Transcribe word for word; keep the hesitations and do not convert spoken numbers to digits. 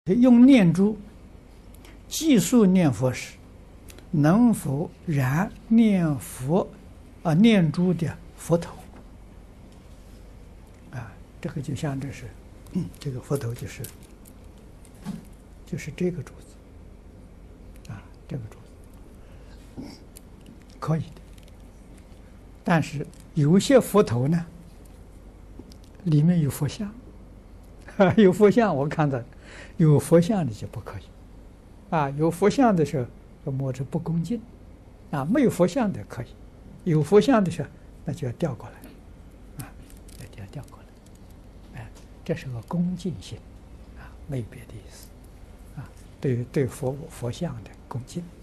用念珠计数念佛时，能否燃念佛啊念珠的佛头？啊，这个就像这是，嗯，这个佛头就是就是这个珠子，啊，这个珠子可以的。但是有些佛头呢，里面有佛像，有佛像，我看到有佛像的就不可以。啊，有佛像的时候摸着不恭敬，啊，没有佛像的可以，有佛像的时候那就要调过来，啊，那就要调过来，哎，这是个恭敬心，啊，没有别的意思，啊，对对佛佛像的恭敬。